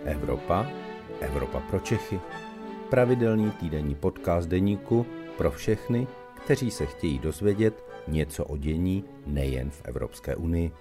Evropa, Evropa pro Čechy. Pravidelný týdenní podcast deníku pro všechny, kteří se chtějí dozvědět něco o dění nejen v Evropské unii.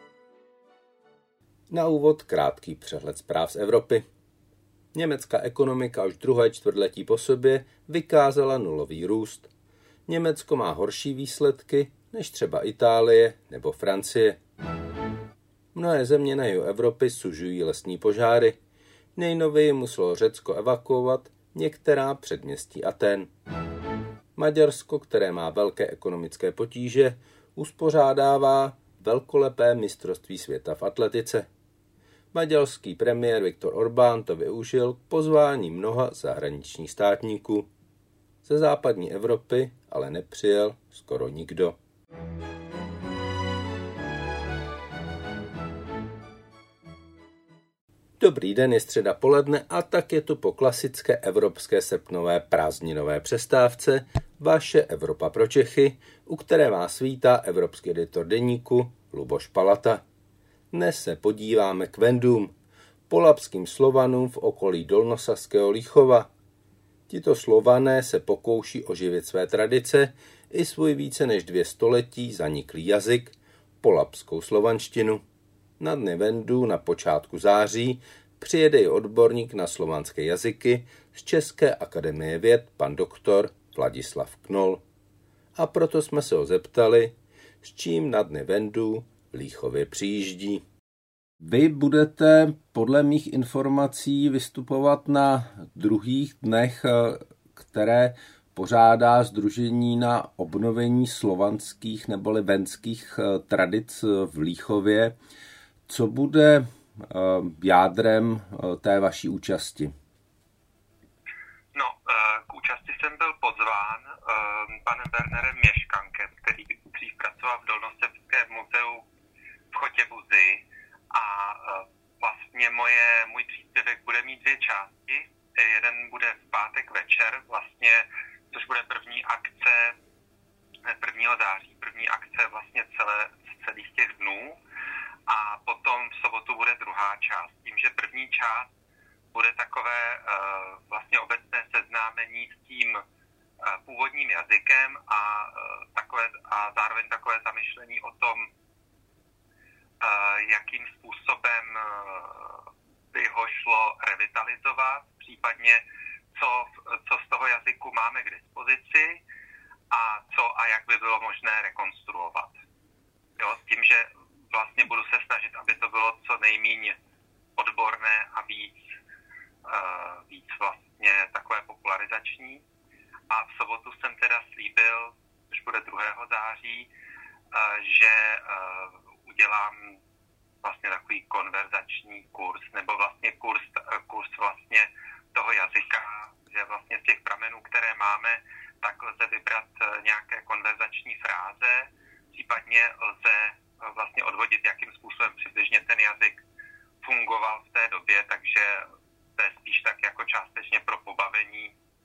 Na úvod krátký přehled zpráv z Evropy. Německá ekonomika už druhé čtvrtletí po sobě vykázala nulový růst. Německo má horší výsledky než třeba Itálie nebo Francie. Mnohé země na jihu Evropy sužují lesní požáry. Nejnověji muselo Řecko evakuovat některá předměstí Aten. Maďarsko, které má velké ekonomické potíže, uspořádává velkolepé mistrovství světa v atletice. Maďarský premiér Viktor Orbán to využil k pozvání mnoha zahraničních státníků. Ze západní Evropy ale nepřijel skoro nikdo. Dobrý den, je středa poledne a tak je tu po klasické evropské srpnové prázdninové přestávce vaše Evropa pro Čechy, u které vás vítá evropský editor deníku Luboš Palata. Dnes se podíváme k Vendům, polabským Slovanům v okolí Dolnosaského Líchova. Tito Slované se pokouší oživit své tradice i svůj více než 2 století zaniklý jazyk, polabskou slovanštinu. Na dny Vendů na počátku září přijede i odborník na slovanské jazyky z České akademie věd pan doktor Vladislav Knoll. A proto jsme se ho zeptali, s čím na dny Vendů v Líchově přijíždí. Vy budete podle mých informací vystupovat na druhých dnech, které pořádá Sdružení na obnovení slovanských neboli vendských tradic v Líchově. Co bude jádrem té vaší účasti? No, k účasti jsem byl pozván panem Wernerem Měškankem, který dřív pracoval v Dolnosebském muzeu v Chotěbuzi a vlastně můj příspěvek bude mít 2 části. Jeden bude v pátek večer, vlastně, což bude první akce 1. září, první akce vlastně celých těch dnů. A potom v sobotu bude druhá část, tím, že první část bude takové vlastně obecné seznámení s tím původním jazykem a zároveň takové zamyšlení o tom, jakým způsobem by ho šlo revitalizovat, případně co z toho jazyku máme k dispozici a co a jak by bylo možné rekonstruovat. Jo, s tím, že vlastně budu se snažit, aby to bylo co nejméně odborné a víc vlastně takové popularizační. A v sobotu jsem teda slíbil, což bude 2. září, že udělám vlastně takový konverzační kurz, nebo vlastně kurz vlastně toho jazyka, že vlastně z těch pramenů, které máme, tak lze vybrat nějaké konverzační fráze, případně lze vlastně odvodit, jakým způsobem přibližně ten jazyk fungoval v té době, takže to je spíš tak jako částečně pro pobavení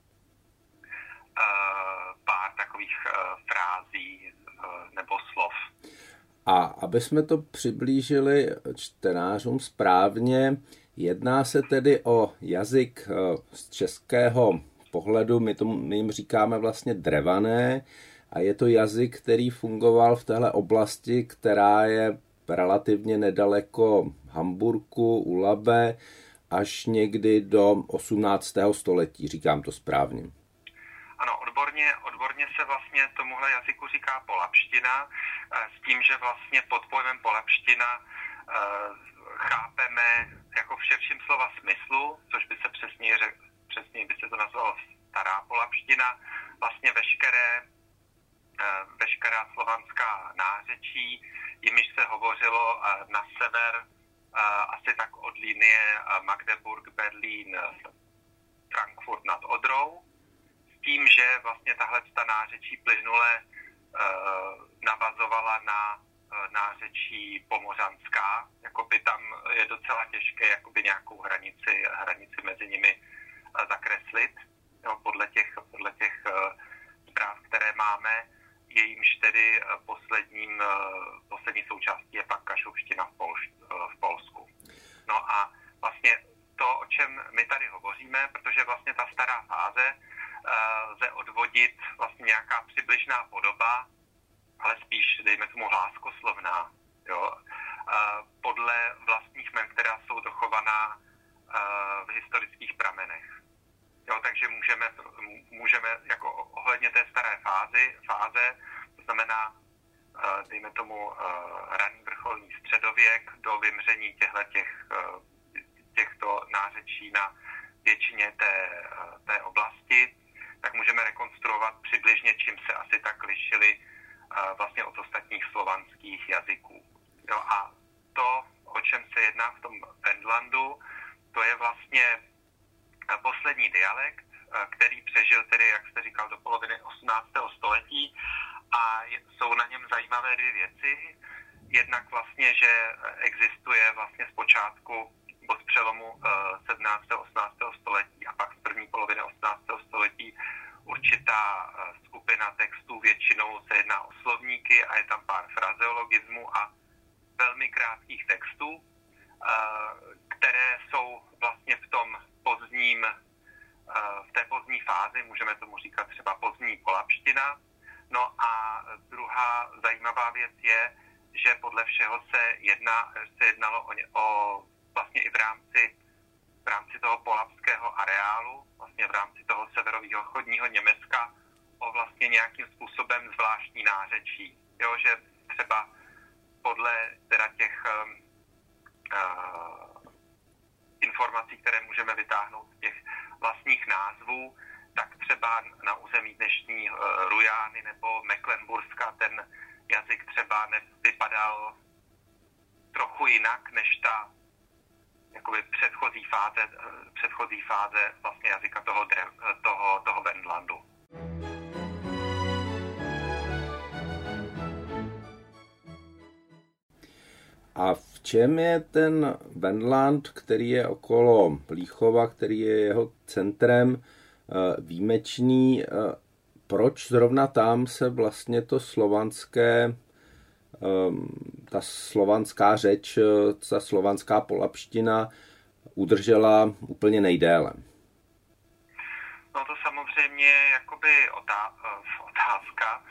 pár takových frází nebo slov. A aby jsme to přiblížili čtenářům správně, jedná se tedy o jazyk z českého pohledu, my jim říkáme vlastně drevané, a je to jazyk, který fungoval v téhle oblasti, která je relativně nedaleko Hamburku, u Labe, až někdy do 18. století, říkám to správně. Ano, odborně se vlastně tomuhle jazyku říká polabština, s tím, že vlastně pod pojmem polabština chápeme jako v širším slova smyslu, což by se přesněji by se to nazvalo stará polabština, vlastně veškerá slovanská nářečí, jimiž se hovořilo na sever asi tak od linie Magdeburg, Berlín, Frankfurt nad Odrou, s tím, že vlastně ta nářečí plynule navazovala na nářečí pomořanská, jakoby tam je docela těžké jakoby nějakou hranici mezi nimi zakreslit, jo, podle těch zpráv, které máme. Jejímž tedy poslední součástí je pak kašubština v Polsku. No a vlastně to, ale spíš, dejme tomu, hláskoslovná, jo, podle vlastních jmen, která jsou dochovaná v historických pramenech. Jo, takže můžeme jako ohledně té staré fáze, to znamená, dejme tomu, raný vrcholný středověk do vymření těchto nářečí na většině té oblasti, tak můžeme rekonstruovat přibližně, čím se asi tak lišili vlastně od ostatních slovanských jazyků. Jo, a to, o čem se jedná v tom Wendlandu, to je vlastně poslední dialekt, který přežil tedy, jak jste říkal, do poloviny 18. století a jsou na něm zajímavé dvě věci. Jednak vlastně, že existuje vlastně zpočátku od přelomu 17. 18. století a pak z první poloviny 18. století určitá skupina textů, většinou se jedná o slovníky a je tam pár frazeologismů a velmi krátkých textů, které jsou vlastně v té pozdní fázi, můžeme tomu říkat třeba pozdní polabština. No a druhá zajímavá věc je, že podle všeho se jednalo o vlastně i v rámci toho polabského areálu, vlastně v rámci toho severovýchodního Německa, o vlastně nějakým způsobem zvláštní nářečí. Jo, že třeba podle teda těch informací, které můžeme vytáhnout z těch vlastních názvů, tak třeba na území dnešní Rujány nebo Mecklenburska ten jazyk třeba vypadal trochu jinak než ta jakoby předchozí fáze vlastně jazyka toho Wendlandu. A v čem je ten Wendland, který je okolo Mlýchova, který je jeho centrem, výjimečný? Proč zrovna tam se vlastně to ta slovanská řeč, ta slovanská polabština udržela úplně nejdéle? No to samozřejmě je jakoby otázka.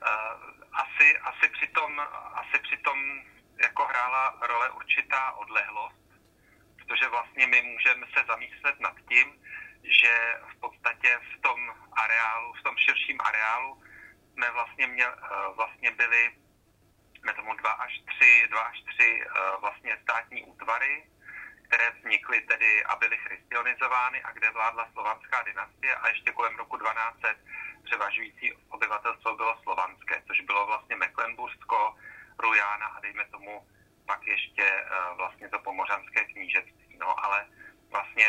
Asi přitom jako hrála role určitá odlehlost, protože vlastně my můžeme se zamyslet nad tím, že v podstatě v tom širším areálu jsme vlastně byli tomu 2 až 3 vlastně státní útvary, které vznikly tedy a byly christianizovány a kde vládla slovanská dynastie a ještě kolem roku 1200 převažující obyvatelstvo bylo slovanské, což bylo vlastně Mecklenbursko, Rujána a dejme tomu pak ještě vlastně to pomořanské knížectví. No ale vlastně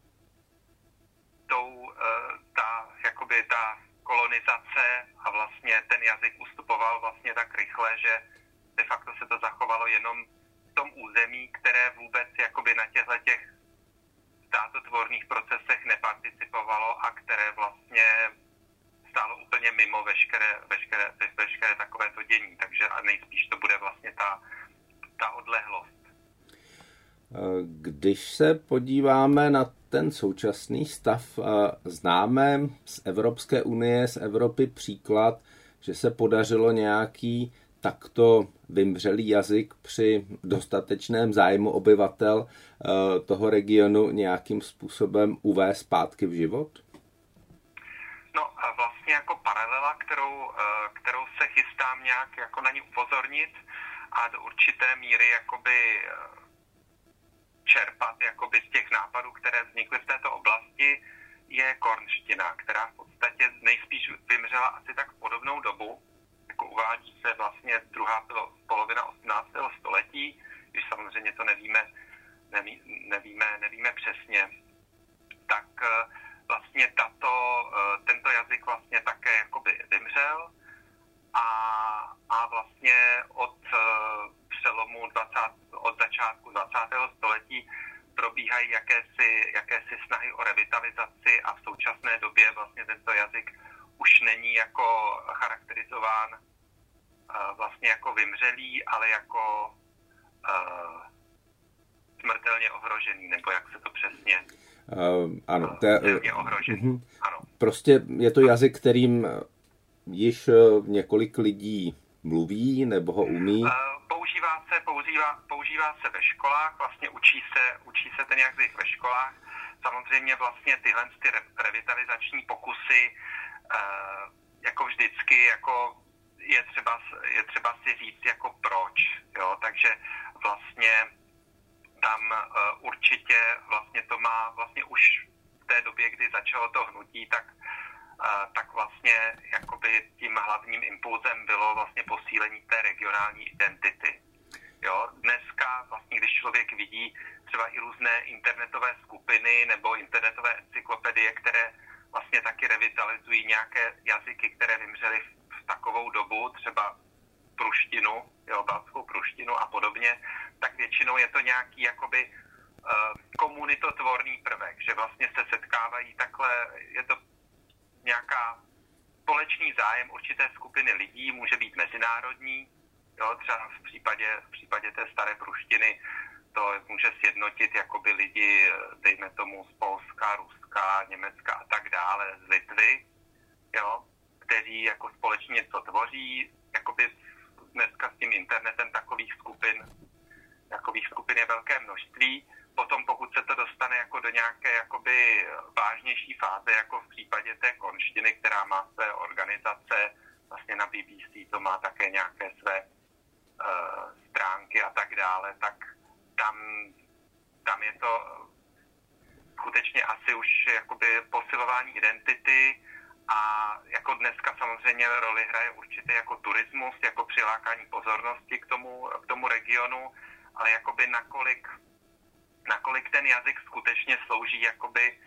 ta kolonizace a vlastně ten jazyk ustupoval vlastně tak rychle, že de facto se to zachovalo jenom v tom území, které vůbec jakoby na těch státotvorných procesech neparticipovalo a které vlastně stálo úplně mimo veškeré takovéto dění. Takže a nejspíš to bude vlastně ta odlehlost. Když se podíváme na ten současný stav, známe z Evropské unie, z Evropy příklad, že se podařilo nějaký takto vymřelý jazyk při dostatečném zájmu obyvatel toho regionu nějakým způsobem uvést zpátky v život? No a vlastně jako paralela, kterou se chystám nějak jako na ní upozornit a do určité míry jakoby čerpat jakoby z těch nápadů, které vznikly v této oblasti, je kornština, která v podstatě nejspíš vymřela asi tak v podobnou dobu. Jako uvádí se vlastně druhá polovina 18. století, když samozřejmě to nevíme přesně, tak vlastně tento jazyk vlastně také jakoby vymřel a vlastně od přelomu od začátku 20. století probíhají jakési snahy o revitalizaci a v současné době vlastně tento jazyk už není jako charakterizován vlastně jako vymřelý, ale jako smrtelně ohrožený, nebo jak se to přesně ano, ohrožený. Ano. Prostě je to jazyk, kterým již několik lidí mluví nebo ho umí? Používá se ve školách, vlastně učí se ten jazyk ve školách. Samozřejmě vlastně tyhle ty revitalizační pokusy, jako vždycky, jako je třeba si říct jako proč, jo, takže vlastně tam určitě vlastně to má vlastně už v té době, kdy začalo to hnutí, tak vlastně jakoby tím hlavním impulzem bylo vlastně posílení té regionální identity. Jo, dneska vlastně, když člověk vidí třeba i různé internetové skupiny nebo internetové encyklopedie, které vlastně taky revitalizují nějaké jazyky, které vymřely v takovou dobu, třeba pruštinu, jo, baltskou pruštinu a podobně, tak většinou je to nějaký jakoby komunitotvorný prvek, že vlastně se setkávají takhle, je to nějaká společný zájem určité skupiny lidí, může být mezinárodní, jo, třeba v případě té staré pruštiny to může sjednotit jakoby lidi, dejme tomu z Polska, Ruska, Německa a tak dále, z Litvy, jo, kteří jako společně něco tvoří, jakoby dneska s tím internetem takových skupin je velké množství. Potom pokud se to dostane jako do nějaké jakoby vážnější fáze, jako v případě té konštiny, která má své organizace, vlastně na BBC to má také nějaké své stránky a tak dále, tak tam je to skutečně asi už jakoby posilování identity a jako dneska samozřejmě roli hraje určitě jako turismus, jako přilákání pozornosti k tomu regionu, ale jakoby nakolik ten jazyk skutečně slouží jakoby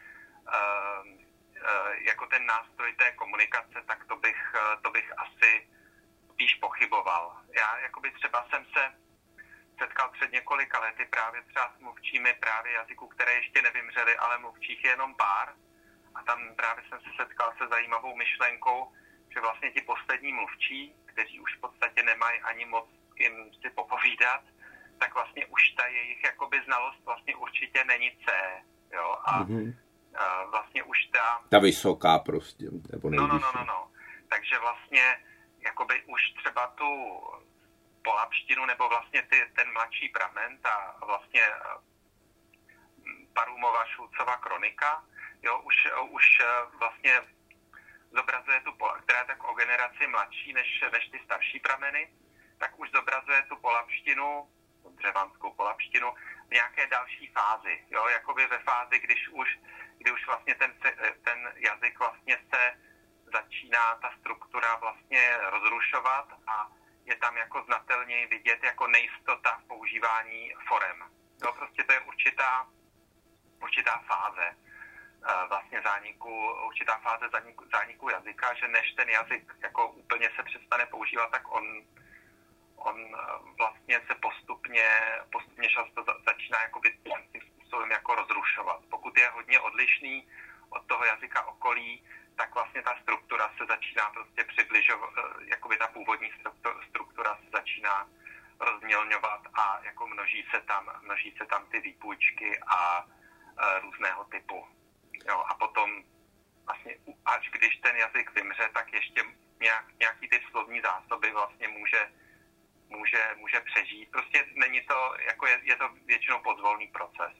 jako ten nástroj té komunikace, tak to bych asi spíš pochyboval. Já jakoby třeba jsem se setkal před několika lety právě třeba s mluvčími právě jazyků, které ještě nevymřely, ale mluvčích je jenom pár. A tam právě jsem se setkal se zajímavou myšlenkou, že vlastně ti poslední mluvčí, kteří už v podstatě nemají ani moc s kým si popovídat, tak vlastně už ta jejich jakoby znalost vlastně určitě není C. Jo? A vlastně už ta vysoká prostě. Nebo No. Takže vlastně jakoby už třeba tu polabštinu nebo vlastně ten mladší pramen, ta vlastně Parumova Šulcova kronika, jo, už vlastně zobrazuje která je tak o generaci mladší než ty starší prameny, tak už zobrazuje tu polabštinu, dřevanskou polabštinu, v nějaké další fázi, jo, jakoby ve fázi, kdy už vlastně ten jazyk vlastně se začíná ta struktura vlastně rozrušovat a je tam jako znatelněji vidět jako nejistota v používání forem. No, prostě to je určitá fáze vlastně určitá fáze zániku jazyka, že než ten jazyk jako úplně se přestane používat, tak on vlastně se postupně často začíná jakoby tím způsobem jako rozrušovat. Pokud je hodně odlišný od toho jazyka okolí, tak vlastně ta struktura se začíná prostě přibližovat, jakoby ta původní struktura se začíná rozmělňovat a jako množí se tam ty výpůjčky a různého typu. Jo, a potom vlastně až když ten jazyk vymře, tak ještě nějaký ty slovní zásoby vlastně může přežít. Prostě není to, jako je to většinou pozvolný proces.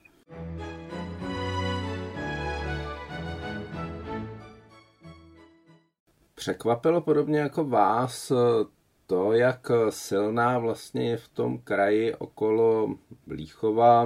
Překvapilo podobně jako vás to, jak silná vlastně je v tom kraji okolo Mlýchova.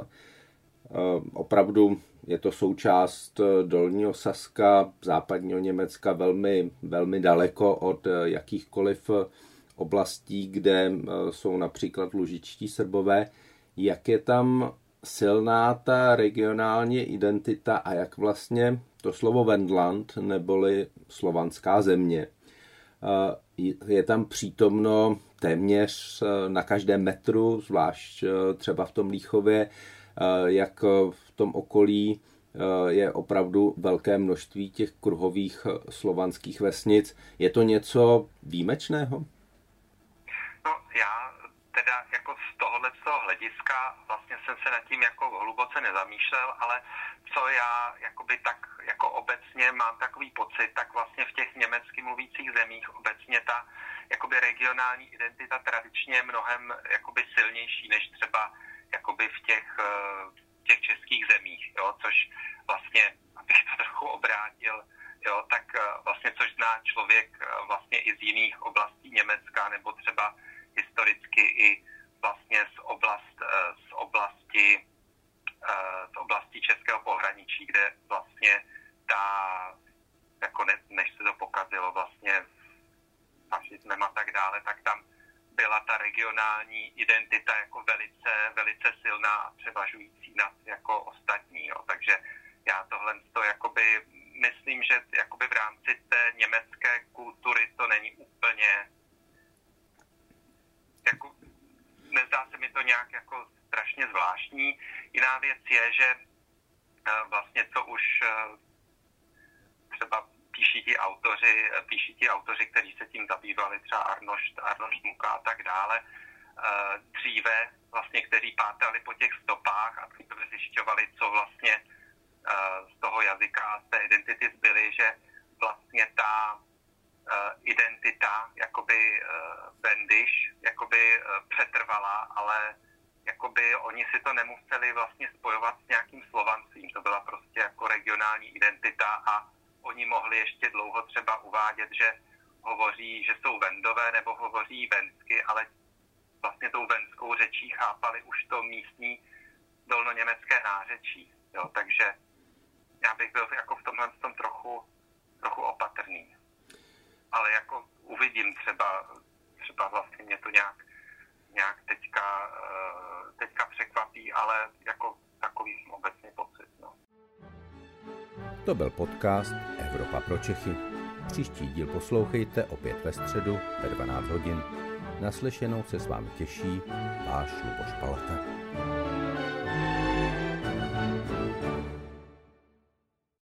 Opravdu je to součást Dolního Saska, západního Německa, velmi, velmi daleko od jakýchkoliv oblastí, kde jsou například lužičtí Srbové. Jak je tam silná ta regionální identita a jak vlastně to slovo Wendland, neboli slovanská země, je tam přítomno téměř na každém metru, zvlášť třeba v tom Mlýchově, jak v tom okolí je opravdu velké množství těch kruhových slovanských vesnic. Je to něco výjimečného? No, já teda jako z tohoto hlediska vlastně jsem se nad tím jako hluboce nezamýšlel, ale co já jakoby tak jako obecně mám takový pocit, tak vlastně v těch německy mluvících zemích obecně ta jakoby regionální identita tradičně mnohem jakoby silnější než třeba jakoby v těch českých zemích, jo, což vlastně, abych to trochu obrátil, jo, tak vlastně což zná člověk vlastně i z jiných oblastí Německa nebo třeba historicky i vlastně z oblasti českého pohraničí, kde vlastně jako než se to pokazilo vlastně fašismem a tak dále, tak tam byla ta regionální identita jako velice, velice silná a převažující nad jako ostatní. Jo. Takže já tohle to jakoby myslím, že jakoby v rámci té německé kultury to není úplně jako, nezdá se mi to nějak jako strašně zvláštní. Jiná věc je, že vlastně co už třeba píší ti autoři, kteří se tím zabývali, třeba Arnošt Muka a tak dále, dříve vlastně, kteří pátrali po těch stopách a zjišťovali, co vlastně z toho jazyka a z té identity zbyly, že vlastně ta identita jakoby Wendisch jakoby přetrvala, ale jakoby oni si to nemuseli vlastně spojovat s nějakým slovanstvím. To byla prostě jako regionální identita a oni mohli ještě dlouho třeba uvádět, že hovoří, že jsou Vendové nebo hovoří vensky, ale vlastně tou venskou řečí chápali už to místní dolnoněmecké nářečí. Jo, takže já bych byl jako v tomhle tom trochu opatrný. Ale jako uvidím třeba vlastně mě to nějak teďka překvapí, ale jako takový obecný pocit. No. To byl podcast Evropa pro Čechy. Příští díl poslouchejte opět ve středu ve 12 hodin. Naslyšenou se s vámi těší váš Luboš Palata.